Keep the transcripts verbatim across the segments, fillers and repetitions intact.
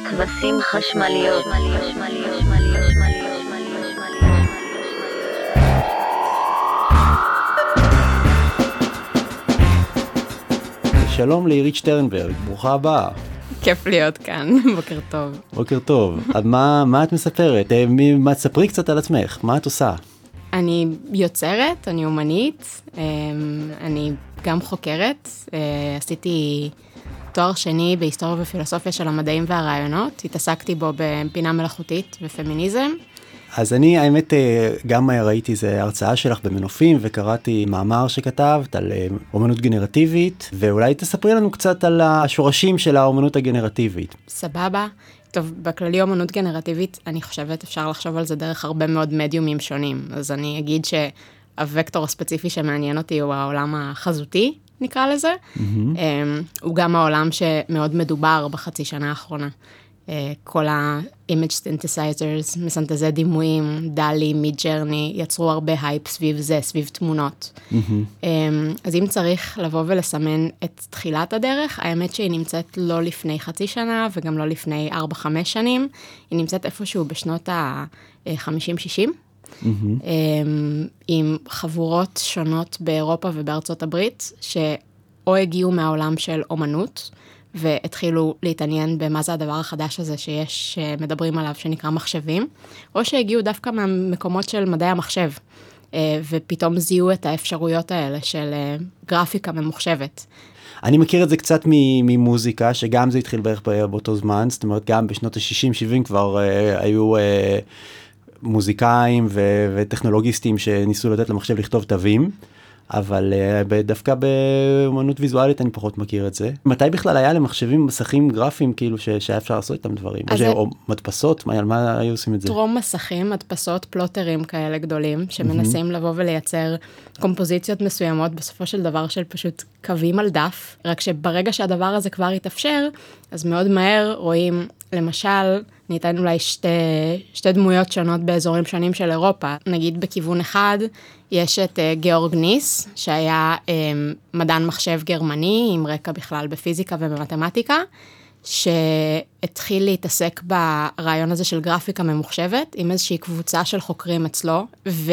כבשים חשמליות. שלום לעירית שטרנברג, ברוכה הבאה. כיף להיות כאן, בוקר טוב. בוקר טוב. אז מה, מה את מספרת? מה, תספרי קצת על עצמך, מה את עושה? אני יוצרת, אני אומנית, אני גם חוקרת, עשיתי תואר שני בהיסטוריה ופילוסופיה של המדעים והרעיונות, התעסקתי בו בבינה מלאכותית ופמיניזם. אז אני, האמת, גם ראיתי איזה הרצאה שלך במנופים, וקראתי מאמר שכתבת על אומנות גנרטיבית, ואולי תספרי לנו קצת על השורשים של האומנות הגנרטיבית. סבבה. טוב, בכללי אומנות גנרטיבית, אני חושבת, אפשר לחשוב על זה דרך הרבה מאוד מדיומים שונים. אז אני אגיד שהווקטור הספציפי שמעניין אותי הוא העולם החזותי, נקרא לזה. Mm-hmm. הוא גם העולם שמאוד מדובר בחצי שנה האחרונה. כל ה-image synthesizers, מסנתזי דימויים, דלי, מידג'רני, יצרו הרבה הייפ סביב זה, סביב תמונות. Mm-hmm. אז אם צריך לבוא ולסמן את תחילת הדרך, האמת שהיא נמצאת לא לפני חצי שנה, וגם לא לפני ארבע חמש שנים, היא נמצאת איפשהו בשנות ה-חמישים שישים, mm-hmm. עם חבורות שונות באירופה ובארצות הברית, שאו הגיעו מהעולם של אומנות, והתחילו להתעניין במה זה הדבר החדש הזה שיש, שמדברים עליו, שנקרא מחשבים, או שהגיעו דווקא מהמקומות של מדעי המחשב, ופתאום זיהו את האפשרויות האלה של גרפיקה ממוחשבת. אני מכיר את זה קצת ממוזיקה, שגם זה התחיל בערך באותו זמן, זאת אומרת, גם בשנות ה-שישים שבעים כבר היו מוזיקאים וטכנולוגיסטים שניסו לתת למחשב לכתוב תווים, אבל דווקא באמנות ויזואלית אני פחות מכיר את זה. מתי בכלל היה למחשבים מסכים גרפיים כאילו שהיה אפשר לעשות איתם דברים? או מדפסות? על מה היו עושים את זה? טרום מסכים, מדפסות, פלוטרים כאלה גדולים, שמנסים לבוא ולייצר קומפוזיציות מסוימות, בסופו של דבר של פשוט קווים על דף, רק שברגע שהדבר הזה כבר יתאפשר, אז מאוד מהר רואים, למשל, ניתן אולי שתי, שתי דמויות שונות באזורים שונים של אירופה. נגיד בכיוון אחד, יש את uh, גיאורג ניס, שהיה um, מדען מחשב גרמני, עם רקע בכלל בפיזיקה ובמתמטיקה, שהתחיל להתעסק ברעיון הזה של גרפיקה ממוחשבת, עם איזושהי קבוצה של חוקרים אצלו,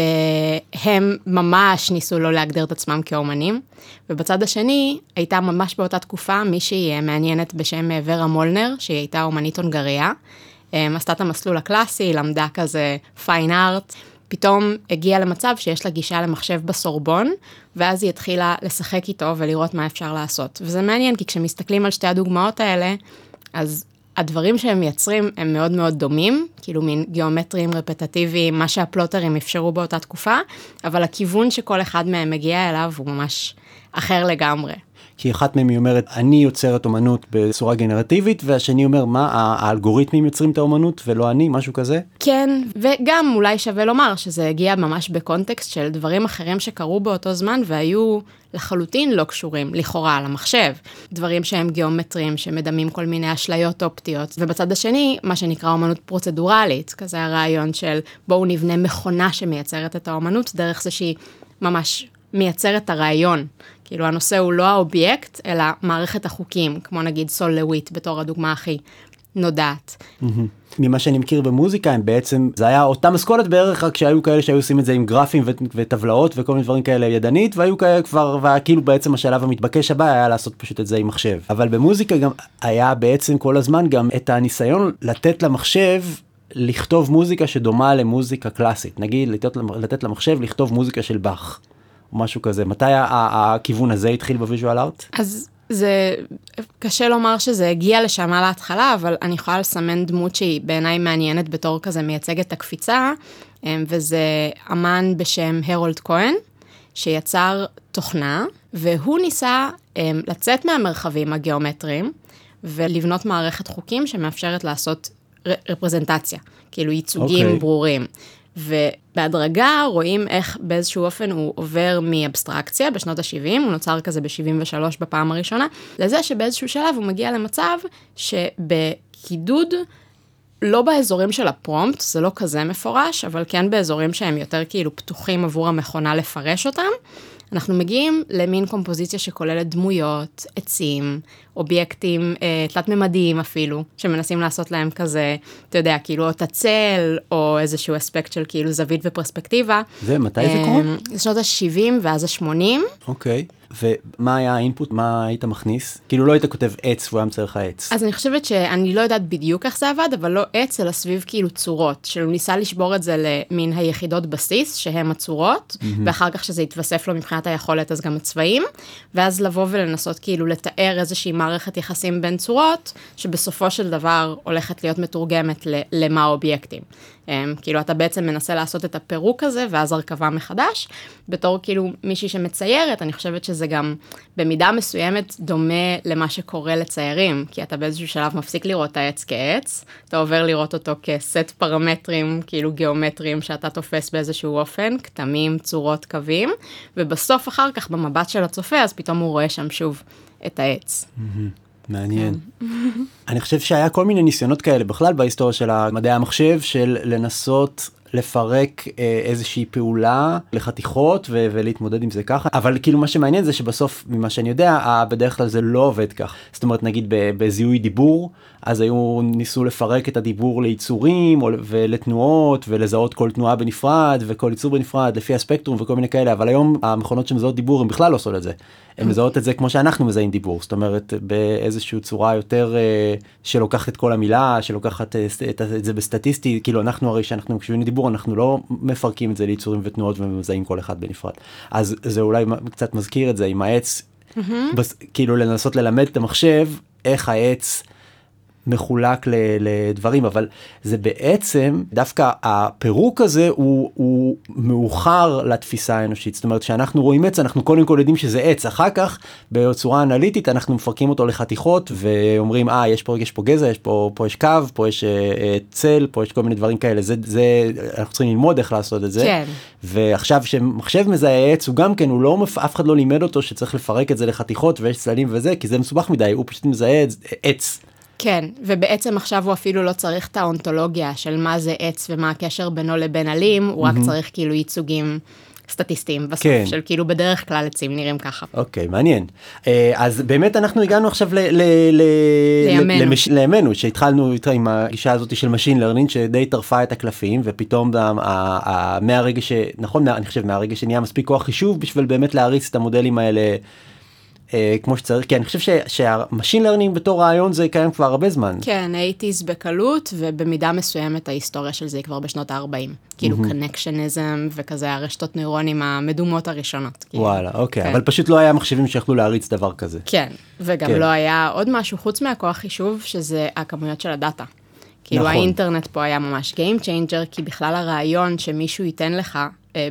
והם ממש ניסו לא להגדיר את עצמם כאומנים. ובצד השני, הייתה ממש באותה תקופה מישהי מעניינת בשם ורה מולנר, שהיא הייתה אומנית הונגריה, עשתה את המסלול הקלאסי, למדה כזה פיין ארט, פתאום הגיעה למצב שיש לה גישה למחשב בסורבון, ואז היא התחילה לשחק איתו ולראות מה אפשר לעשות. וזה מעניין, כי כשמסתכלים על שתי הדוגמאות האלה, אז הדברים שהם מייצרים הם מאוד מאוד דומים, כאילו מין גיאומטריים רפטטיביים, מה שהפלוטרים אפשרו באותה תקופה, אבל הכיוון שכל אחד מהם מגיע אליו הוא ממש אחר לגמרי. כי אחת מהם היא אומרת, אני יוצרת אומנות בצורה גנרטיבית, והשני אומר, מה, האלגוריתמים יוצרים את האומנות ולא אני, משהו כזה? כן, וגם אולי שווה לומר שזה הגיע ממש בקונטקסט של דברים אחרים שקרו באותו זמן, והיו לחלוטין לא קשורים, לכאורה, על המחשב. דברים שהם גיאומטריים, שמדמים כל מיני אשליות אופטיות. ובצד השני, מה שנקרא אומנות פרוצדורלית, כזה הרעיון של בואו נבנה מכונה שמייצרת את האומנות, דרך זה שהיא ממש מייצרת את הרעיון. כאילו הנושא הוא לא האובייקט, אלא מערכת החוקים, כמו נגיד סול לוויט, בתור הדוגמה הכי נודעת. ממה שאני מכיר במוזיקה, הם בעצם, זה היה אותה משכולת בערך, רק שהיו כאלה שהיו עושים את זה עם גרפים וטבלאות וכל מיני דברים כאלה ידנית, והיו כאלה כבר, וכאילו בעצם השלב המתבקש הבא היה לעשות פשוט את זה עם מחשב. אבל במוזיקה גם היה בעצם כל הזמן גם את הניסיון לתת למחשב, לכתוב מוזיקה שדומה למוזיקה קלאסית. נגיד, לתת, לתת למחשב לכתוב מוזיקה של באך. או משהו כזה. מתי הכיוון הזה התחיל בוויז'ואל ארט? אז זה קשה לומר שזה הגיע לשם על ההתחלה, אבל אני יכולה לסמן דמות שהיא בעיניי מעניינת בתור כזה מייצגת את הקפיצה, וזה אמן בשם הרולד כהן, שיצר תוכנה, והוא ניסה לצאת מהמרחבים הגיאומטריים, ולבנות מערכת חוקים שמאפשרת לעשות רפרזנטציה, כאילו ייצוגים okay. ברורים. ובהדרגה רואים איך באיזשהו אופן הוא עובר מאבסטרקציה בשנות ה-שבעים, הוא נוצר כזה ב-שבעים ושלוש בפעם הראשונה, לזה שבאיזשהו שלב הוא מגיע למצב שבקידוד, לא באזורים של הפרומפט, זה לא כזה מפורש, אבל כן באזורים שהם יותר כאילו פתוחים עבור המכונה לפרש אותם, אנחנו מגיעים למין קומפוזיציה שכוללת דמויות, עצים, אובייקטים אה, תלת-ממדיים אפילו, שמנסים לעשות להם כזה, אתה יודע, כאילו או תצל, או איזשהו אספקט של כאילו זווית ופרספקטיבה. זה, מתי זה קורה? זה שנות ה-שבעים ואז ה-שמונים. אוקיי. ומה היה האינפוט? מה היית מכניס? כאילו לא היית כותב עץ, והוא היה מצייר לך עץ. אז אני חושבת שאני לא יודעת בדיוק איך זה עבד, אבל לא עץ, אלא סביב כאילו צורות, שהוא ניסה לשבור את זה למין היחידות בסיס, שהן הצורות, mm-hmm. ואחר כך שזה יתווסף לו מבחינת היכולת, אז גם הצבעים, ואז לבוא ולנסות כאילו לתאר איזושהי מערכת יחסים בין צורות, שבסופו של דבר הולכת להיות מתורגמת למה האובייקטים. כאילו אתה בעצם מנסה לעשות את הפירוק הזה, ואז הרכבה מחדש, בתור כאילו מישהי שמציירת, אני חושבת שזה גם במידה מסוימת דומה למה שקורה לציירים, כי אתה באיזשהו שלב מפסיק לראות את העץ כעץ, אתה עובר לראות אותו כסט פרמטרים, כאילו גיאומטריים, שאתה תופס באיזשהו אופן, כתמים, צורות, קווים, ובסוף אחר כך במבט של הצופה, אז פתאום הוא רואה שם שוב את העץ. מעניין. אני חושב שהיה כל מיני ניסיונות כאלה בכלל בהיסטוריה של מדעי המחשב, של לנסות לפרק איזושהי פעולה לחתיכות ו- ולהתמודד עם זה ככה, אבל כאילו מה שמעניין זה שבסוף ממה שאני יודע, בדרך כלל זה לא עובד כך. זאת אומרת נגיד בזיהוי דיבור, אז היו ניסו לפרק את הדיבור ליצורים ולתנועות ולזהות כל תנועה בנפרד וכל יצור בנפרד לפי הספקטרום וכל מיני כאלה, אבל היום המכונות שמזהות דיבור הם בכלל לא עושות את זה. הם מזהות את זה כמו שאנחנו מזהים דיבור, זאת אומרת באיזושהי צורה יותר שלוקחת את כל המילה, שלוקחת את זה בסטטיסטי, כאילו אנחנו הרי שאנחנו מקשיבים לדיבור, אנחנו לא מפרקים את זה ליצורים ותנועות ומזהים כל אחד בנפרד. אז זה אולי קצת מזכיר את זה עם העץ, בס, כאילו לנסות ללמד את המחשב איך העץ מחולק לדברים, אבל זה בעצם, דווקא הפירוק הזה הוא, הוא מאוחר לתפיסה האנושית. זאת אומרת, שאנחנו רואים עץ, אנחנו קודם כל יודעים שזה עץ. אחר כך, בצורה אנליטית, אנחנו מפרקים אותו לחתיכות, ואומרים, אה, יש פה, יש פה גזע, יש פה, פה יש קו, פה יש אה, צל, פה יש כל מיני דברים כאלה. זה, זה, אנחנו צריכים ללמוד איך לעשות את זה. כן. ועכשיו, שמחשב מזהה עץ, הוא גם כן, הוא לא, אף אחד לא לימד אותו שצריך לפרק את זה לחתיכות, ויש צללים וזה, כי זה מסובך מדי, הוא פשוט מזהה עץ. כן, ובעצם עכשיו הוא אפילו לא צריך את האונתולוגיה של מה זה עץ ומה הקשר בינו לבין עלים, הוא רק צריך כאילו ייצוגים סטטיסטיים בסוף, של כאילו בדרך כלל עצים נראים ככה. אוקיי, מעניין. אז באמת אנחנו הגענו עכשיו לימינו, שהתחלנו עם הגישה הזאת של Machine Learning, שדי טרפה את הקלפים, ופתאום מהרגע ש... נכון, אני חושב, מהרגע שנהיה מספיק כוח חישוב, בשביל באמת להריץ את המודלים האלה, כמו שצריך, כי אני חושב שהמשין לרנינג בתור רעיון זה קיים כבר הרבה זמן. כן, אייטיז בקלות, ובמידה מסוימת ההיסטוריה של זה כבר בשנות ה-ארבעים. כאילו קונקשניזם וכזה הרשתות נוירונים המדומות הראשונות. וואלה, אוקיי, אבל פשוט לא היה מחשבים שיכלו להריץ דבר כזה. כן, וגם לא היה עוד משהו חוץ מהכוח חישוב, שזה הכמויות של הדאטה. כאילו האינטרנט פה היה ממש game changer, כי בכלל הרעיון שמישהו ייתן לך,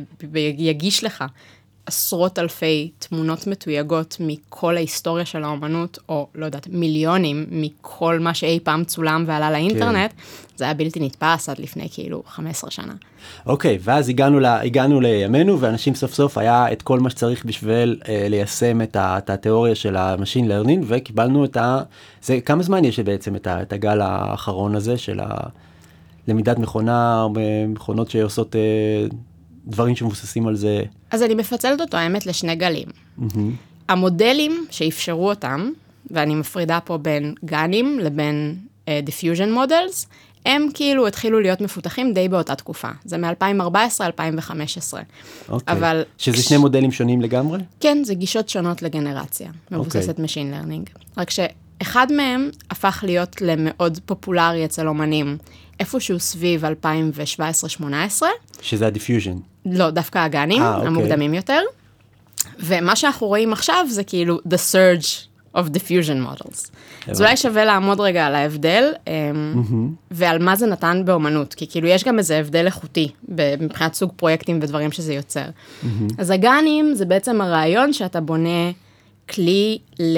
ויגיש לך, עשרות אלפי תמונות מתויגות מכל ההיסטוריה של האומנות, או לא יודעת, מיליונים מכל מה שאי פעם צולם ועלה לאינטרנט, כן. זה היה בלתי נתפס עד לפני כאילו חמש עשרה שנה. אוקיי, ואז הגענו, לה, הגענו לימינו, ואנשים סוף סוף היה את כל מה שצריך בשביל אה, ליישם את, ה, את התיאוריה של ה-Machine Learning, וקיבלנו את ה... זה, כמה זמן יש בעצם את, ה, את הגל האחרון הזה של הלמידת מכונה, או מכונות שעושות... אה, דברים שמבוססים על זה. אז אני מפצלת אותו, האמת, לשני גלים. Mm-hmm. המודלים שאפשרו אותם, ואני מפרידה פה בין גנים לבין uh, diffusion models, הם כאילו התחילו להיות מפותחים די באותה תקופה. זה מ-אלפיים וארבע עשרה עד אלפיים וחמש עשרה. אוקיי. אבל... שזה שני מודלים שונים לגמרי? כן, זה גישות שונות לגנרציה, מבוססת Machine Learning. רק שאחד מהם הפך להיות למאוד פופולרי אצל אומנים, איפשהו סביב אלפיים שבע עשרה שמונה עשרה. שזה הדיפיוז'ן. לא, דווקא הגנים, 아, המוקדמים אוקיי. יותר. ומה שאנחנו רואים עכשיו זה כאילו the surge of diffusion models. אז אולי שווה לעמוד רגע על ההבדל, mm-hmm. ועל מה זה נתן באומנות, כי כאילו יש גם איזה הבדל איכותי, מבחינת סוג פרויקטים ודברים שזה יוצר. Mm-hmm. אז הגנים זה בעצם הרעיון שאתה בונה כלי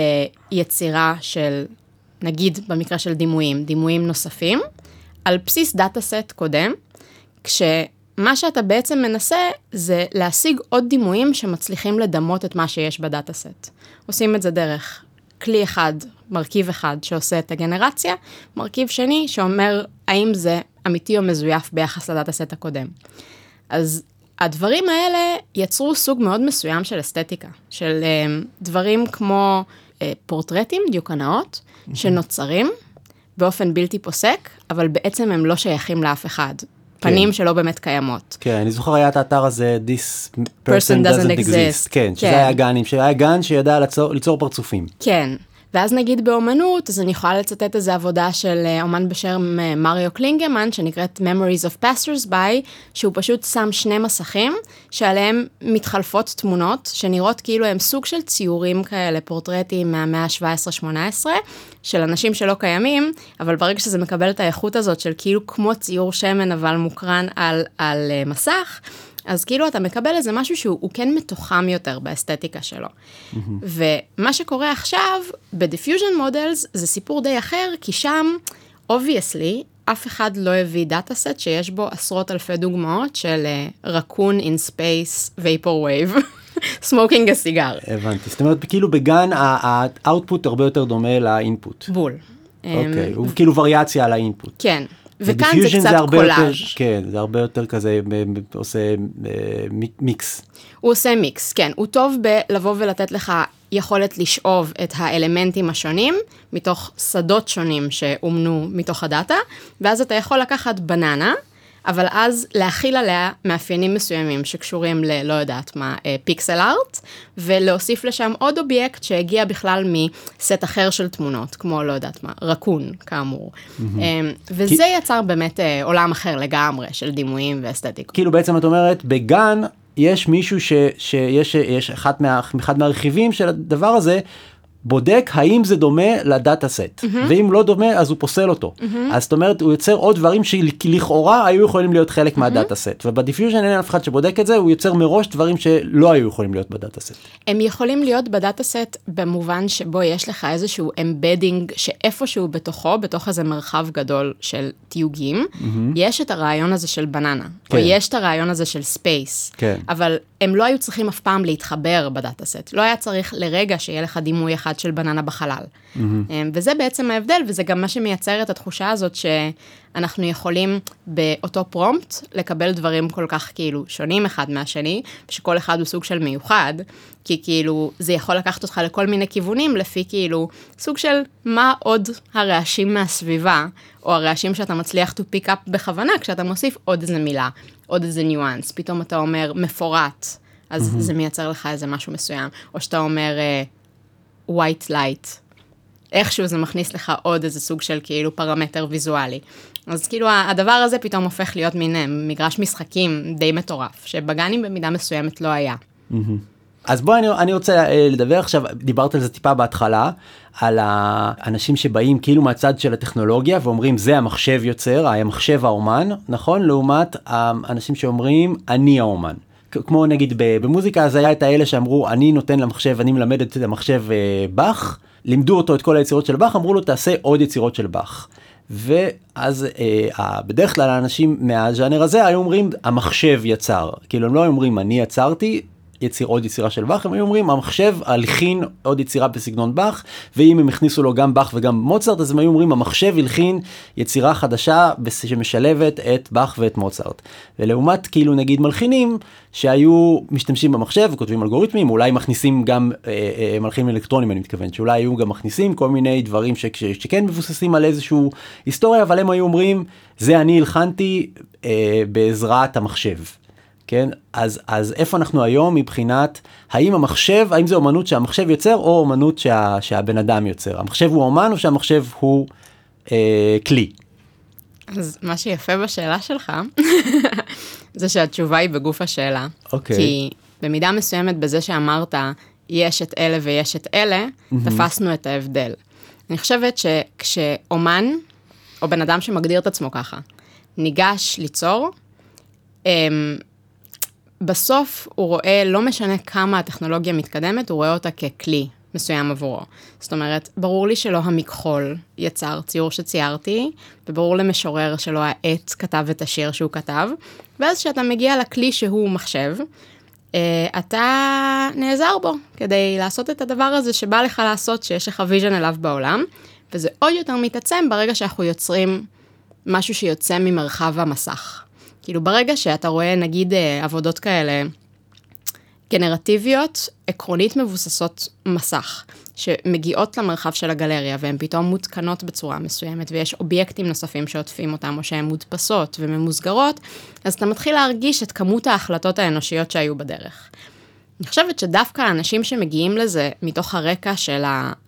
ליצירה של, נגיד במקרה של דימויים, דימויים נוספים, על בסיס דאטה סט קודם, כשמה שאתה בעצם מנסה זה להשיג עוד דימויים שמצליחים לדמות את מה שיש בדאטה סט. עושים את זה דרך כלי אחד, מרכיב אחד שעושה את הגנרציה, מרכיב שני שאומר האם זה אמיתי או מזויף ביחס לדאטה סט הקודם. אז הדברים האלה יצרו סוג מאוד מסוים של אסתטיקה, של um, דברים כמו uh, פורטרטים, דיוקנאות, mm-hmm. שנוצרים באופן בלתי פוסק, אבל בעצם הם לא שייכים לאף אחד. פנים כן. שלא באמת קיימות. כן, אני זוכר היה את האתר הזה, This person doesn't exist. כן, שזה היה גנים, שהיה גן שידע ליצור, ליצור פרצופים. כן. ואז נגיד באומנות, אז אני יכולה לצטט איזו עבודה של אומן בשם מריו קלינגמן, שנקראת Memories of Passers-by, שהוא פשוט שם שני מסכים, שעליהם מתחלפות תמונות, שנראות כאילו הם סוג של ציורים כאלה, פורטרטים מהמאה ה-שבע עשרה שמונה עשרה, של אנשים שלא קיימים, אבל ברגע שזה מקבל את האיכות הזאת, של כאילו כמו ציור שמן, אבל מוקרן על, על מסך, אז כאילו אתה מקבל איזה משהו שהוא כן מתוחם יותר באסתטיקה שלו. Mm-hmm. ומה שקורה עכשיו, ב-Diffusion Models, זה סיפור די אחר, כי שם, obviously, אף אחד לא הביא דאטה-סט שיש בו עשרות אלפי דוגמאות של uh, raccoon in space vapor wave, smoking a cigar. הבנתי, זאת אומרת, כאילו בגן, ה-output הרבה יותר דומה לאינפוט. בול. אוקיי, הוא כאילו וריאציה על האינפוט. כן. וכאן זה קצת קולאז'. כן, זה הרבה יותר כזה, עושה מיקס. הוא עושה מיקס, כן. הוא טוב בלבוא ולתת לך יכולת לשאוב את האלמנטים השונים, מתוך שדות שונים שאומנו מתוך הדאטה, ואז אתה יכול לקחת בננה, אבל אז להכיל עליה מאפיינים מסוימים שקשורים ל, לא יודעת מה, פיקסל ארט, ולהוסיף לשם עוד אובייקט שהגיע בכלל מסט אחר של תמונות, כמו לא יודעת מה, רקון, כאמור. Mm-hmm. וזה כי... יצר באמת עולם אחר לגמרי של דימויים ואסתטיקות. כאילו בעצם את אומרת, בגן יש מישהו ש, שיש יש אחד, מה, אחד מהרכיבים של הדבר הזה, בודק האם זה דומה לדאטה סט, mm-hmm. ואם לא דומה, אז הוא פוסל אותו. Mm-hmm. אז זאת אומרת, הוא יוצר עוד דברים שלכאורה היו יכולים להיות חלק mm-hmm. מהדאטה סט, ובדיפיוז'ן אין אף אחד שבודק את זה, הוא יוצר מראש דברים שלא היו יכולים להיות בדאטה סט. הם יכולים להיות בדאטה סט במובן שבו יש לך איזשהו אמבדינג, שאיפשהו בתוכו, בתוך איזה מרחב גדול של תיוגים, mm-hmm. יש את הרעיון הזה של בננה, כן. או יש את הרעיון הזה של ספייס, כן. אבל הם לא היו צריכים אף פעם להתחבר בדאטה סט, לא היה צריך לרגע שיהיה לך דימוי אחד של בננה בחלל. Mm-hmm. וזה בעצם ההבדל, וזה גם מה שמייצר את התחושה הזאת שאנחנו יכולים באותו פרומפט לקבל דברים כל כך כאילו שונים אחד מהשני, ושכל אחד הוא סוג של מיוחד, כי כאילו זה יכול לקחת אותך לכל מיני כיוונים, לפי כאילו סוג של מה עוד הרעשים מהסביבה, או הרעשים שאתה מצליח to pick up בכוונה, כשאתה מוסיף עוד איזה מילה, עוד איזה ניואנס, פתאום אתה אומר מפורט, אז mm-hmm. זה מייצר לך איזה משהו מסוים, או שאתה אומר uh, white light, איכשהו זה מכניס לך עוד איזה סוג של כאילו פרמטר ויזואלי. אז כאילו הדבר הזה פתאום הופך להיות מין מגרש משחקים די מטורף, שבגנים במידה מסוימת לא היה. Mm-hmm. אז בוא, אני, אני רוצה לדבר עכשיו, דיברת על זה טיפה בהתחלה, על האנשים שבאים כאילו מהצד של הטכנולוגיה, ואומרים זה המחשב יוצר, המחשב האומן, נכון? לעומת האנשים שאומרים אני האומן. כמו נגיד במוזיקה, אז היה את האלה שאמרו, אני נותן למחשב, אני מלמד את המחשב באך, לימדו אותו את כל היצירות של באך, אמרו לו תעשה עוד יצירות של באך. ואז אה, בדרך כלל האנשים מהז'אנר הזה היו אומרים, המחשב יצר. כאילו הם לא אומרים, אני יצרתי, יציר עוד יצירה של באך, הם היו אומרים, המחשב הלחין עוד יצירה בסגנון באך, ואם הם הכניסו לו גם באך וגם מוצרט, אז הם היו אומרים, המחשב הלחין יצירה חדשה שמשלבת את באך ואת מוצרט. ולעומת כאילו נגיד מלחינים, שהיו משתמשים במחשב וכותבים אלגוריתמים, אולי מכניסים גם אה, אה, מלחינים אלקטרונים, אני מתכוון, שאולי היו גם מכניסים כל מיני דברים ש, ש, שכן מבוססים על איזשהו היסטוריה, אבל הם היו אומרים, זה אני הלחנתי אה, בעזרת המחשב. כן? אז, אז איפה אנחנו היום מבחינת, האם המחשב, האם זה אומנות שהמחשב יוצר, או אומנות שה, שהבן אדם יוצר? המחשב הוא אומן, או שהמחשב הוא אה, כלי? אז מה שיפה בשאלה שלך, זה שהתשובה היא בגוף השאלה. אוקיי. כי במידה מסוימת בזה שאמרת, יש את אלה ויש את אלה, mm-hmm. תפסנו את ההבדל. אני חושבת שכשאומן, או בן אדם שמגדיר את עצמו ככה, ניגש ליצור, הם, בסוף הוא רואה, לא משנה כמה הטכנולוגיה מתקדמת, הוא רואה אותה ככלי מסוים עבורו. זאת אומרת, ברור לי שלא המכחול יצר ציור שציירתי, וברור למשורר שלא העט כתב את השיר שהוא כתב, ואז כשאתה מגיע לכלי שהוא מחשב, אתה נעזר בו כדי לעשות את הדבר הזה שבא לך לעשות, שיש לך ויז'ן אליו בעולם, וזה עוד יותר מתעצם ברגע שאנחנו יוצרים משהו שיוצא ממרחב המסך. כאילו ברגע שאתה רואה נגיד עבודות כאלה גנרטיביות, עקרונית מבוססות מסך, שמגיעות למרחב של הגלריה, והן פתאום מותקנות בצורה מסוימת, ויש אובייקטים נוספים שעוטפים אותם, או שהן מודפסות וממוסגרות, אז אתה מתחיל להרגיש את כמות ההחלטות האנושיות שהיו בדרך. אני חושבת שדווקא האנשים שמגיעים לזה, מתוך הרקע של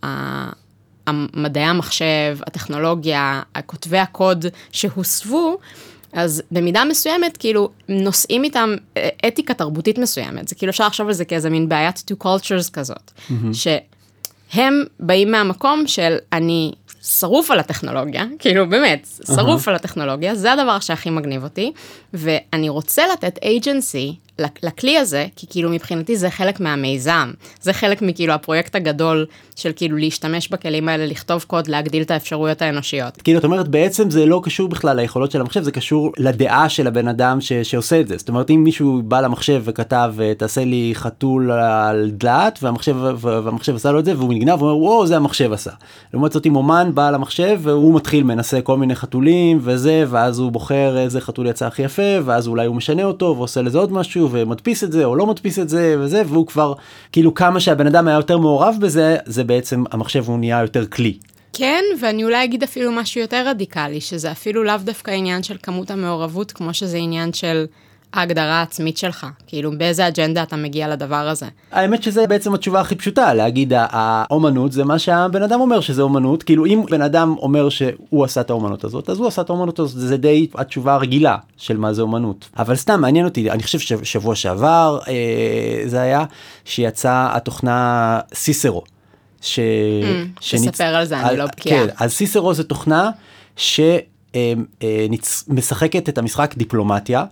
מדעי המחשב, הטכנולוגיה, כותבי הקוד שהוספו, אז במידה מסוימת, כאילו, נושאים איתם אתיקה תרבותית מסוימת. זה כאילו אפשר לחשוב על זה כאיזה מין בעיית two cultures כזאת. Mm-hmm. שהם באים מהמקום של אני שרוף על הטכנולוגיה, כאילו באמת, שרוף uh-huh. על הטכנולוגיה, זה הדבר שהכי מגניב אותי, ואני רוצה לתת agency לכלי הזה, כי כאילו מבחינתי זה חלק מהמיזם, זה חלק מכאילו הפרויקט הגדול של כאילו להשתמש בכלים האלה, לכתוב קוד, להגדיל את האפשרויות האנושיות. כאילו, את אומרת, בעצם זה לא קשור בכלל ליכולות של המחשב, זה קשור לדעה של הבן אדם ש- שעושה את זה. זאת אומרת, אם מישהו בא למחשב וכתב, תעשה לי חתול על דלת, והמחשב, והמחשב עשה לו את זה, והוא נגנב, ואומר, וואו, זה המחשב עשה. לעומת זאת, אם אומן בא למחשב, והוא מתחיל, מנסה כל מיני חתולים וזה, ואז הוא בוחר איזה חתול יצא הכי יפה, ואז אולי הוא משנה אותו, ועושה לזה עוד משהו, ומדפיס את זה, או לא מדפיס את זה, וזה, והוא כבר, כאילו, כמה שהבן אדם היה יותר מעורב בזה, זה בעצם, המחשב הוא נהיה יותר כלי. כן, ואני אולי אגיד אפילו משהו יותר רדיקלי, שזה אפילו לאו דווקא עניין של כמות המעורבות, כמו שזה עניין של ההגדרה העצמית שלך. כאילו, באיזה אג'נדה אתה מגיע לדבר הזה. האמת שזה בעצם התשובה הכי פשוטה, להגיד, האומנות זה מה שהבן אדם אומר שזה אומנות. כאילו, אם בן אדם אומר שהוא עשה את האומנות הזאת, אז הוא עשה את האומנות הזאת, זה די התשובה הרגילה של מה זה אומנות. אבל סתם, מעניין אותי, אני חושב ששבוע שעבר, אה, זה היה שיצאה התוכנה סיסרו. ש... Mm, שניצ... תספר על זה, אני לא בקיאה. כן, אז סיסרו זה תוכנה שמשחקת את המשחק דיפלומטיה,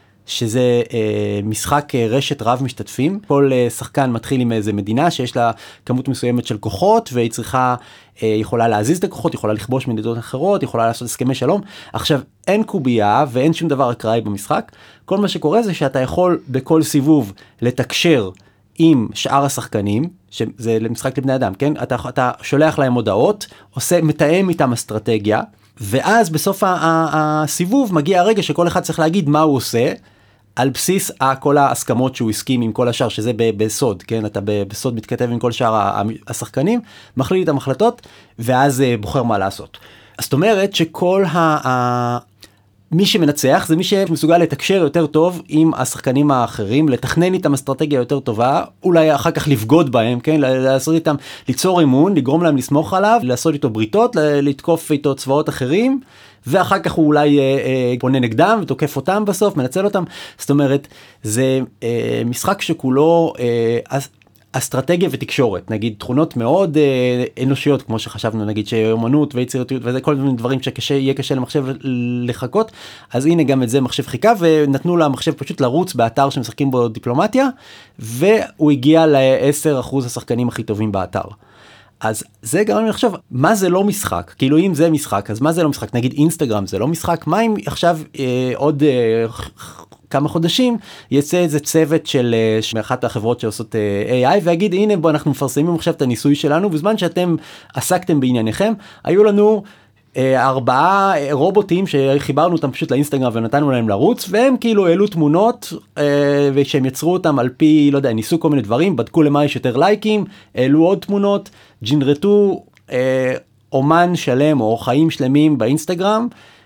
שזה אה, משחק אה, רשת רב משתתפים. כל אה, שחקן מתחיל עם איזה מדינה שיש לה כמות מסוימת של כוחות, והיא צריכה, אה, יכולה להזיז את הכוחות, יכולה לכבוש מדינות אחרות, יכולה לעשות הסכמי שלום. עכשיו, אין קובייה ואין שום דבר אקראי במשחק. כל מה שקורה זה שאתה יכול בכל סיבוב לתקשר עם שאר השחקנים, שזה משחק לבני אדם, כן? אתה, אתה שולח להם הודעות, עושה, מתאם איתם אסטרטגיה, ואז בסוף הסיבוב מגיע הרגע שכל אחד צריך להגיד מה הוא עושה, על בסיס כל ההסכמות שהוא הסכים עם כל השאר, שזה בסוד, כן? אתה בסוד מתכתב עם כל שאר השחקנים, מחליט איתם החלטות, ואז בוחר מה לעשות. אז זאת אומרת שכל ה... מי שמנצח זה מי שמסוגל לתקשר יותר טוב עם השחקנים האחרים, לתכנן איתם אסטרטגיה יותר טובה, אולי אחר כך לפגוד בהם, כן? לעשות איתם, ליצור אימון, לגרום להם לסמוך עליו, לעשות איתו בריתות, לתקוף איתו צבאות אחרים, ואחר כך הוא אולי אה, אה, פונה נגדם ותוקף אותם בסוף, מנצל אותם. זאת אומרת, זה אה, משחק שכולו אה, אסטרטגיה ותקשורת, נגיד תכונות מאוד אה, אנושיות, כמו שחשבנו, נגיד שאומנות ויצירתיות, וזה כל מיני דברים שיהיה קשה למחשב לחכות, אז הנה גם את זה מחשב חיכה, ונתנו למחשב פשוט לרוץ באתר שמשחקים בו דיפלומטיה, והוא הגיע ל-עשרה אחוז השחקנים הכי טובים באתר. אז זה גם אני לחשוב, מה זה לא משחק? כאילו אם זה משחק, אז מה זה לא משחק? נגיד אינסטגרם זה לא משחק, מה אם עכשיו אה, עוד... אה, כמה חודשים, יצא איזה צוות של אחת החברות שעושות איי איי, ויגיד, הנה בוא, אנחנו מפרסמים עכשיו את הניסוי שלנו, בזמן שאתם עסקתם בענייניכם, היו לנו אה, ארבעה רובוטים שחיברנו אותם פשוט לאינסטגרם ונתנו להם לרוץ, והם כאילו העלו תמונות, אה, ושהם יצרו אותם על פי, לא יודע, ניסו כל מיני דברים, בדקו למה יש יותר לייקים, העלו עוד תמונות, ג'נרטו אה, אומן שלם או חיים שלמים באינסטגרם,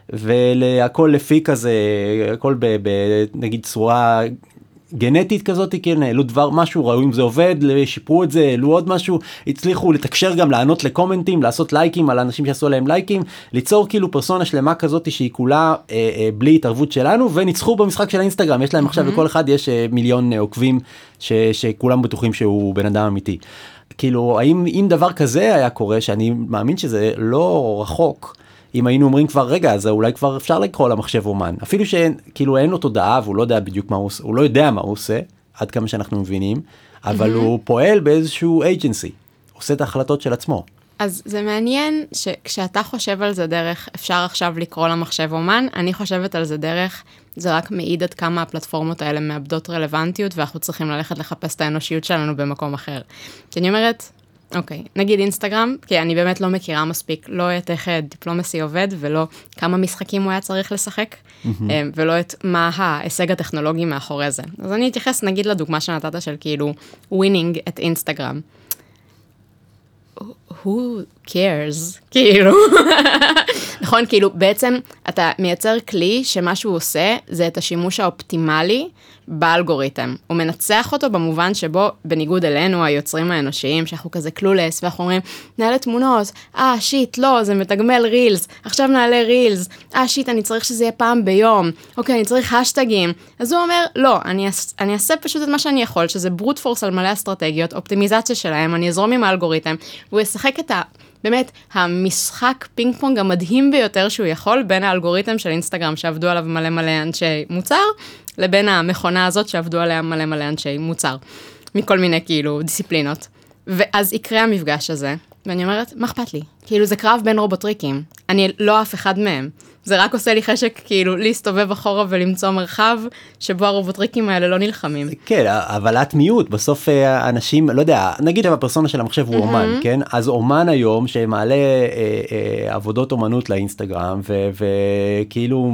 והכל לפי כזה, הכל ב, ב, נגיד צורה גנטית כזאת, כן, העלו דבר, משהו, ראו אם זה עובד, שיפרו את זה, העלו עוד משהו, הצליחו לתקשר גם, לענות לקומנטים, לעשות לייקים על אנשים שעשו עליהם לייקים, ליצור כאילו פרסונה שלמה כזאת שהיא כולה אה, אה, בלי התערבות שלנו, וניצחו במשחק של האינסטגרם, יש להם עכשיו לכל אחד יש אה, מיליון אה, עוקבים, ש, שכולם בטוחים שהוא בן אדם אמיתי. כאילו, האם, אם דבר כזה היה קורה, שאני מאמין שזה לא רחוק, אם היינו אומרים כבר, רגע, אז אולי כבר אפשר לקרוא למחשב אומן. אפילו שכאילו אין לו תודעה, והוא לא יודע בדיוק מה הוא עושה, הוא לא יודע מה הוא עושה, עד כמה שאנחנו מבינים, אבל mm-hmm. הוא פועל באיזשהו agency, עושה את ההחלטות של עצמו. אז זה מעניין שכשאתה חושב על זה דרך, אפשר עכשיו לקרוא למחשב אומן, אני חושבת על זה דרך, זה רק מעיד עד כמה הפלטפורמות האלה מאבדות רלוונטיות, ואנחנו צריכים ללכת לחפש את האנושיות שלנו במקום אחר. כי אני אומרת, אוקיי, נגיד אינסטגרם, כי אני באמת לא מכירה מספיק, לא את איך דיפלומסי עובד, ולא כמה משחקים הוא היה צריך לשחק, ולא את מה ההישג הטכנולוגי מאחורי זה. אז אני אתייחס, נגיד, לדוגמה שנתת של כאילו, ווינינג את אינסטגרם. Who cares? כאילו. נכון, כאילו, בעצם אתה מייצר כלי שמה שהוא עושה, זה את השימוש האופטימלי באלגוריתם. הוא מנצח אותו במובן שבו, בניגוד אלינו, היוצרים האנושיים, שאנחנו כזה קלולס, ואנחנו אומרים, נעלה תמונות, אה, שיט, לא, זה מתגמל רילס, עכשיו נעלה רילס, אה, שיט, אני צריך שזה יהיה פעם ביום, אוקיי, אני צריך השטגים. אז הוא אומר, לא, אני, אני אעשה פשוט את מה שאני יכול, שזה ברוט פורס על מלא אסטרטגיות, אופטימיזציה שלהם, אני אזרום עם האלגוריתם, והוא ישחק את ה... באמת, המשחק פינג פונג המדהים ביותר שהוא יכול, בין האלגוריתם של אינסטגרם שעבדו עליו מלא מלא אנשי מוצר, לבין המכונה הזאת שעבדו עליה מלא מלא אנשי מוצר, מכל מיני כאילו דיסציפלינות. ואז יקרה המפגש הזה, ואני אומרת, מה אכפת לי? כאילו זה קרב בין רובוטריקים, אני לא אף אחד מהם. זה רק עושה לי חשק כאילו להסתובב אחורה ולמצוא מרחב שבו הרובוטריקים האלה לא נלחמים. כן, אבל את מיעוט, בסוף אנשים, לא יודע, נגיד שהפרסונה של המחשב הוא אומן, כן? אז אומן היום שמעלה עבודות אומנות לאינסטגרם, וכאילו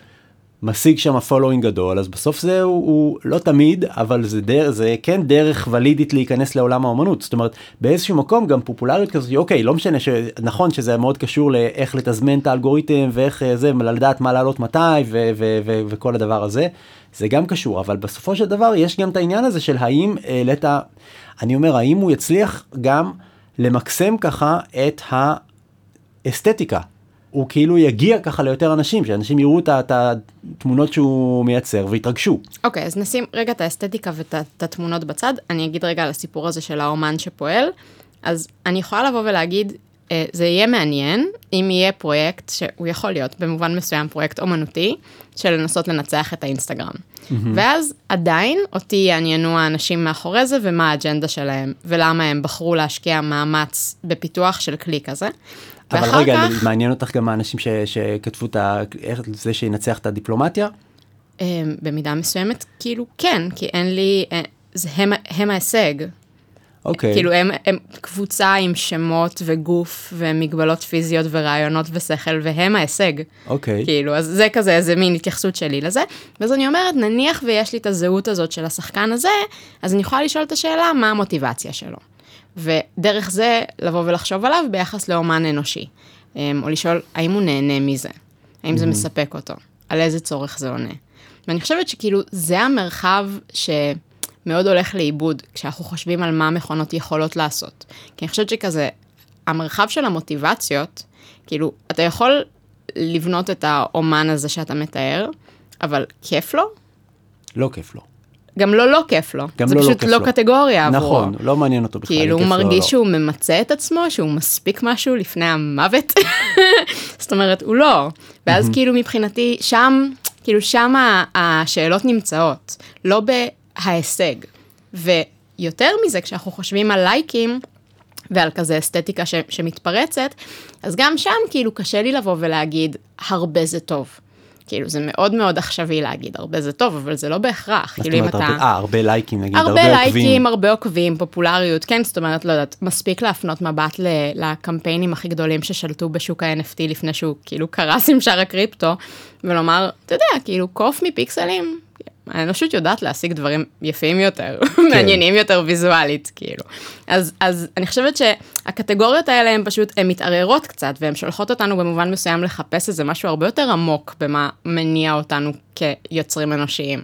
משיג שם פולואינג גדול, אז בסוף זה הוא, הוא לא תמיד, אבל זה, דר, זה כן דרך ולידית להיכנס לעולם האומנות. זאת אומרת, באיזשהו מקום גם פופולריות כזאת, אוקיי, לא משנה, נכון שזה מאוד קשור לאיך לתזמן את האלגוריתם, ואיך זה, לדעת מה לעלות מתי, ו- ו- ו- וכל הדבר הזה, זה גם קשור, אבל בסופו של דבר יש גם את העניין הזה של האם העלית, אני אומר, האם הוא יצליח גם למקסם ככה את האסתטיקה. הוא כאילו יגיע ככה ליותר אנשים, שאנשים יראו את התמונות שהוא מייצר ויתרגשו. אוקיי, אז נשים רגע את האסתטיקה ואת התמונות בצד. אני אגיד רגע על הסיפור הזה של האומן שפועל. אז אני יכולה לבוא ולהגיד, זה יהיה מעניין אם יהיה פרויקט, שהוא יכול להיות במובן מסוים פרויקט אומנותי, של לנסות לנצח את האינסטגרם. ואז עדיין אותי יעניינו האנשים מאחורי זה, ומה האג'נדה שלהם, ולמה הם בחרו להשקיע מאמץ בפיתוח של כלי כזה. אבל רגע, כך, מעניין אותך גם האנשים ש, שכתבו את ה, איך זה שינצח את הדיפלומטיה? במידה מסוימת, כאילו כן, כי אין לי, זה הם, הם ההישג. אוקיי. כאילו הם, הם קבוצה עם שמות וגוף ומגבלות פיזיות ורעיונות ושכל, והם ההישג. אוקיי. כאילו, אז זה כזה, איזה מין התייחסות שלי לזה. ואז אני אומרת, נניח ויש לי את הזהות הזאת של השחקן הזה, אז אני יכולה לשאול את השאלה, מה המוטיבציה שלו? ודרך זה לבוא ולחשוב עליו ביחס לאומן אנושי. או לשאול, האם הוא נהנה מזה? האם זה מספק אותו? על איזה צורך זה עונה? ואני חושבת שכאילו, זה המרחב שמאוד הולך לאיבוד, כשאנחנו חושבים על מה מכונות יכולות לעשות. כי אני חושבת שכזה, המרחב של המוטיבציות, כאילו, אתה יכול לבנות את האומן הזה שאתה מתאר, אבל כיף לו? לא כיף לו. גם לא לא כיף לו, זה לא פשוט לא, לא לו. קטגוריה עבורו. נכון, לא מעניין אותו בכלל. כאילו הוא מרגיש לא, שהוא לא. ממצא את עצמו, שהוא מספיק משהו לפני המוות. זאת אומרת, הוא לא. ואז כאילו מבחינתי, שם, כאילו שם השאלות נמצאות, לא בהישג. ויותר מזה, כשאנחנו חושבים על לייקים, ועל כזה אסתטיקה ש- שמתפרצת, אז גם שם כאילו קשה לי לבוא ולהגיד, הרבה זה טוב. כאילו, זה מאוד מאוד עכשווי להגיד, הרבה זה טוב, אבל זה לא בהכרח. כאילו, אם אתה... אה, הרבה לייקים, נגיד, הרבה עוקבים. הרבה עוקבים. לייקים, הרבה עוקבים, פופולריות, כן, זאת אומרת, לא יודעת, מספיק להפנות מבט לקמפיינים הכי גדולים ששלטו בשוק ה-אן אף טי לפני שהוא כאילו קרס עם שער הקריפטו, ולומר, אתה יודע, כאילו, קוף מפיקסלים, האנושות יודעת להשיג דברים יפים יותר, מעניינים יותר ויזואלית, כאילו. אז, אז אני חושבת שהקטגוריות האלה הן פשוט, הן מתערערות קצת, והן שולחות אותנו במובן מסוים לחפש איזה משהו הרבה יותר עמוק, במה מניע אותנו כיוצרים אנושיים.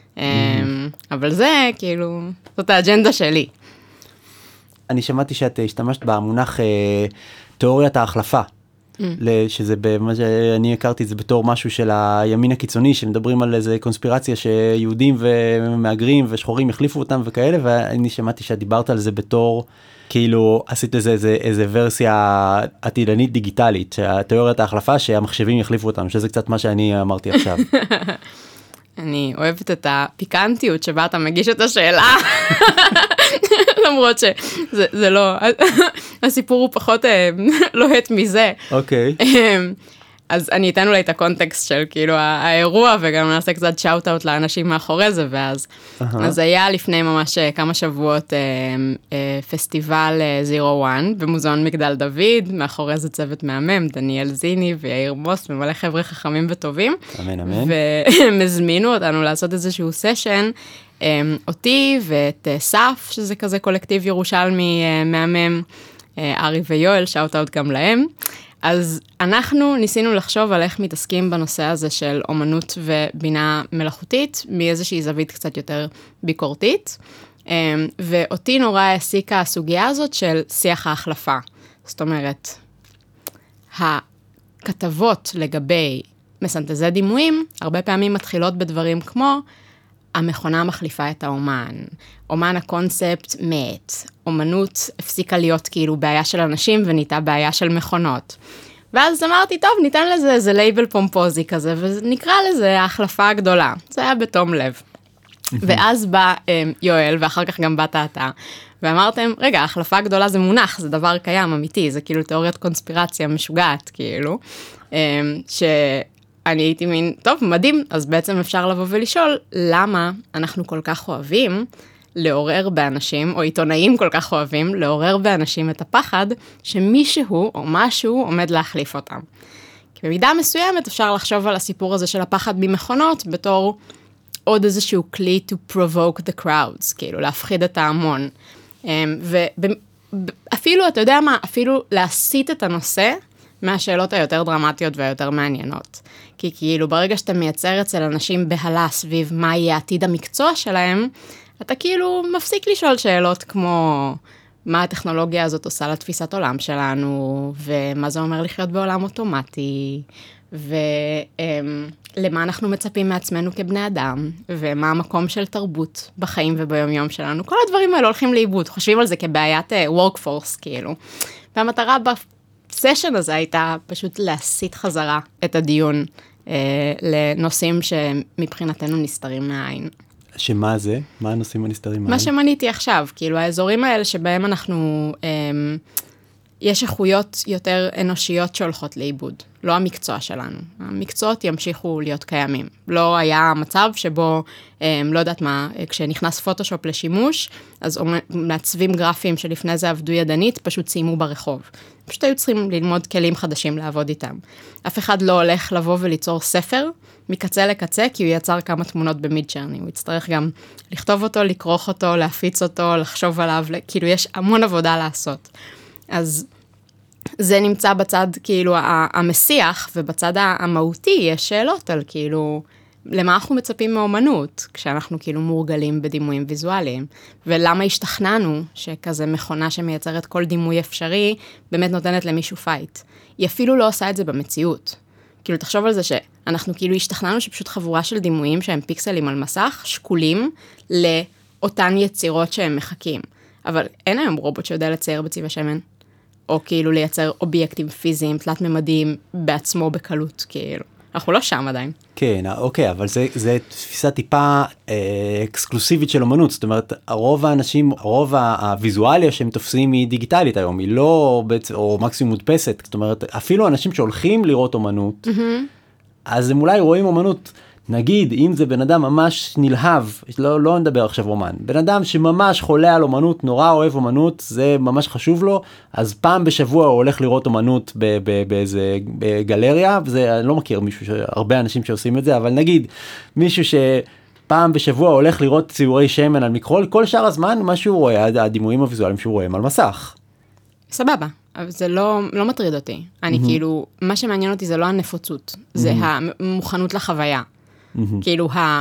אבל זה, כאילו, זאת האג'נדה שלי. אני שמעתי שאת השתמשת במונח תיאוריית ההחלפה. שזה במה שאני הכרתי את זה בתור משהו של הימין הקיצוני, שמדברים על איזה קונספירציה שיהודים ומאגרים ושחורים יחליפו אותם וכאלה, ואני שמעתי שאת דיברת על זה בתור, כאילו עשית איזה, איזה, איזה ורסיה עתידנית דיגיטלית, שהתיאוריית ההחלפה שהמחשבים יחליפו אותם, שזה קצת מה שאני אמרתי עכשיו. אני אוהבת את הפיקנטיות שבה אתה מגיש את השאלה, למרות שזה לא, הסיפור הוא פחות לוהט מזה. אוקיי. אז אני אתן אולי את הקונטקסט של כאילו האירוע, וגם נעשה קצת שאוט-אוט לאנשים מאחורי זה, ואז. אז היה לפני ממש כמה שבועות פסטיבל זירו וואן, במוזיאון מגדל דוד, מאחורי זה צוות מהמם, דניאל זיני ויאיר מוס, ומלא חבר'ה חכמים וטובים. אמן, אמן. והם הזמינו אותנו לעשות איזשהו סשן, אותי ואת סף, שזה כזה קולקטיב ירושלמי מהמם, ארי ויואל, שאוט-אוט גם להם. אז אנחנו ניסינו לחשוב על איך מתעסקים בנושא הזה של אומנות ובינה מלאכותית, מאיזושהי זווית קצת יותר ביקורתית, ואותי נורא העסיקה הסוגיה הזאת של שיח ההחלפה. זאת אומרת, הכתבות לגבי מסנתזי דימויים, הרבה פעמים מתחילות בדברים כמו, המכונה מחליפה את האומן, אומן הקונספט מת, אומנות הפסיקה להיות כאילו בעיה של אנשים ונהייתה בעיה של מכונות. ואז אמרתי, טוב, ניתן לזה איזה לייבל פומפוזי כזה, ונקרא לזה ההחלפה הגדולה. זה היה בתום לב. ואז בא יואל, ואחר כך גם באת אתה, ואמרתם, רגע, ההחלפה הגדולה זה מונח, זה דבר קיים, אמיתי, זה כאילו תיאוריית קונספירציה משוגעת, כאילו, ש... אני הייתי מין, טוב, מדהים, אז בעצם אפשר לבוא ולשאול, למה אנחנו כל כך אוהבים לעורר באנשים, או עיתונאים כל כך אוהבים, לעורר באנשים את הפחד, שמישהו או משהו עומד להחליף אותם. כי במידה מסוימת אפשר לחשוב על הסיפור הזה של הפחד ממכונות, בתור עוד איזשהו כלי to provoke the crowds, כאילו להפחיד את ההמון. ואפילו, אתה יודע מה, אפילו להסיט את הנושא, מהשאלות היותר דרמטיות והיותר מעניינות. כי כאילו ברגע שאתה מייצר אצל אנשים בהלה סביב מה יהיה עתיד המקצוע שלהם, אתה כאילו מפסיק לשאול שאלות כמו מה הטכנולוגיה הזאת עושה לתפיסת עולם שלנו, ומה זה אומר לחיות בעולם אוטומטי, ולמה אנחנו מצפים מעצמנו כבני אדם, ומה המקום של תרבות בחיים וביומיום שלנו. כל הדברים האלה הולכים לאיבוד, חושבים על זה כבעיית workforce כאילו. והמטרה בסשן הזה הייתה פשוט להסיט חזרה את הדיון אה, לנושאים שמבחינתנו נסתרים מהעין. שמה זה? מה הנושאים הנסתרים מהעין? מה שמניתי עכשיו, כאילו האזורים האלה שבהם אנחנו, אה, יש איכויות יותר אנושיות שהולכות לאיבוד, לא המקצוע שלנו. המקצועות ימשיכו להיות קיימים. לא היה מצב שבו, אה, לא יודעת מה, כשנכנס פוטושופ לשימוש, אז מעצבים גרפיים שלפני זה עבדו ידנית, פשוט סיימו ברחוב. פשוט היו צריכים ללמוד כלים חדשים לעבוד איתם. אף אחד לא הולך לבוא וליצור ספר מקצה לקצה, כי הוא יצר כמה תמונות במידג'רני. הוא יצטרך גם לכתוב אותו, לקרוך אותו, להפיץ אותו, לחשוב עליו, כאילו יש המון עבודה לעשות. אז זה נמצא בצד כאילו המסיח, ובצד המהותי יש שאלות על כאילו, למה אנחנו מצפים מאומנות, כשאנחנו כאילו מורגלים בדימויים ויזואליים, ולמה השתכנענו שכזה מכונה שמייצרת כל דימוי אפשרי, באמת נותנת למישהו פייט. היא אפילו לא עושה את זה במציאות. כאילו תחשוב על זה שאנחנו כאילו השתכנענו שפשוט חבורה של דימויים שהם פיקסלים על מסך, שקולים לאותן יצירות שהם מחכים. אבל אין היום רובוט שיודע לצייר בצבע שמן. או כאילו לייצר אובייקטים פיזיים, תלת ממדיים בעצמו בקלות, כאילו. אנחנו לא שם עדיין. כן, אוקיי, אבל זה, זה תפיסה טיפה אה, אקסקלוסיבית של אומנות, זאת אומרת, הרוב האנשים, הרוב הוויזואליה שהם תופסים היא דיגיטלית היום, היא לא, או מקסימום מודפסת, זאת אומרת, אפילו אנשים שהולכים לראות אומנות, mm-hmm. אז הם אולי רואים אומנות, נגיד, אם זה בן אדם ממש נלהב, לא, לא נדבר עכשיו אומן, בן אדם שממש חולה על אומנות, נורא אוהב אומנות, זה ממש חשוב לו, אז פעם בשבוע הוא הולך לראות אומנות ב- ב- באיזה גלריה, וזה, אני לא מכיר מישהו, הרבה אנשים שעושים את זה, אבל נגיד, מישהו שפעם בשבוע הולך לראות ציורי שמן על מקרול, כל שאר הזמן, מה שהוא רואה, הדימויים הוויזואליים שהוא רואה על מסך. סבבה. אבל זה לא, לא מטריד אותי. אני mm-hmm. כאילו, מה שמעניין אותי זה לא הנפוצות, mm-hmm. זה המוכנות לחוויה. Mm-hmm. כאילו, ה...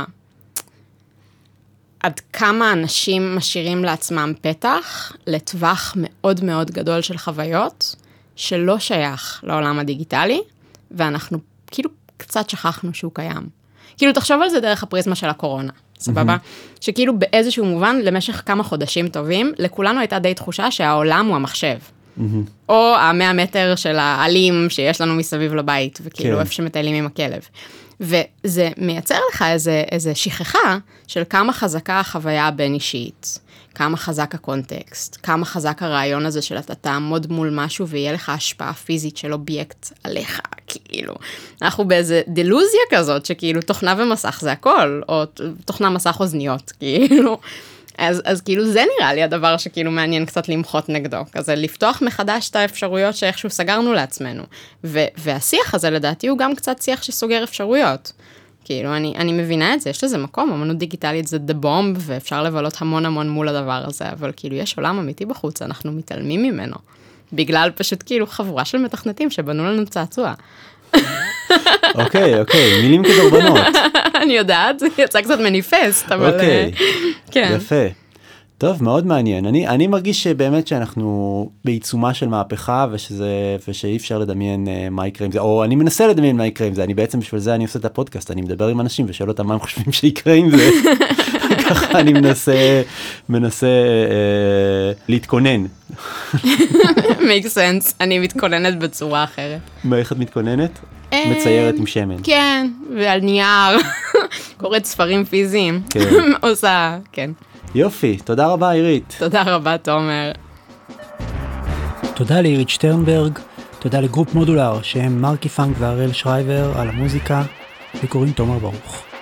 עד כמה אנשים משאירים לעצמם פתח לטווח מאוד מאוד גדול של חוויות, שלא שייך לעולם הדיגיטלי, ואנחנו כאילו קצת שכחנו שהוא קיים. כאילו, תחשוב על זה דרך הפריזמה של הקורונה, סבבה? Mm-hmm. שכאילו באיזשהו מובן, למשך כמה חודשים טובים, לכולנו הייתה די תחושה שהעולם הוא המחשב. Mm-hmm. או המאה מטר של העלים שיש לנו מסביב לבית, וכאילו כן. איפה שמטיילים עם הכלב. וזה מייצר לך איזה, איזה שכחה של כמה חזקה החוויה הבין אישית, כמה חזק הקונטקסט, כמה חזק הרעיון הזה של אתה תעמוד מול משהו ויהיה לך השפעה פיזית של אובייקט עליך, כאילו, אנחנו באיזה דילוזיה כזאת, שכאילו תוכנה ומסך זה הכל, או תוכנה מסך אוזניות, כאילו, אז, אז כאילו זה נראה לי הדבר שכאילו מעניין קצת למחות נגדו, כזה לפתוח מחדש את האפשרויות שאיכשהו סגרנו לעצמנו, ו, והשיח הזה לדעתי הוא גם קצת שיח שסוגר אפשרויות, כאילו אני, אני מבינה את זה, יש לזה מקום, אמנות דיגיטלית זה the bomb, ואפשר לבלות המון המון מול הדבר הזה, אבל כאילו יש עולם אמיתי בחוץ, אנחנו מתעלמים ממנו, בגלל פשוט כאילו חבורה של מתכנתים שבנו לנו צעצוע. אוקיי, אוקיי, מילים כדורבנות. אני יודעת, זה יצא קצת מניפסט, אבל... אוקיי, כן. יפה. טוב, מאוד מעניין. אני, אני מרגיש שבאמת שאנחנו בעיצומה של מהפכה, ושזה, ושאי אפשר לדמיין uh, מה יקרה עם זה, או אני מנסה לדמיין מה יקרה עם זה, אני בעצם בשביל זה אני עושה את הפודקאסט, אני מדבר עם אנשים ושואל אותם מה הם חושבים שיקרה עם זה. ככה אני מנסה, מנסה uh, להתכונן. make sense, אני מתכוננת בצורה אחרת. איך את מתכוננת? מציירת עם שמן. כן, ועל נייר, קוראת ספרים פיזיים, עושה, כן. יופי, תודה רבה עירית. תודה רבה תומר. תודה לעירית שטרנברג, תודה לגרופ מודולר שהם מרקי פאנק והראל שרייבר על המוזיקה, וקוראים תומר ברוך.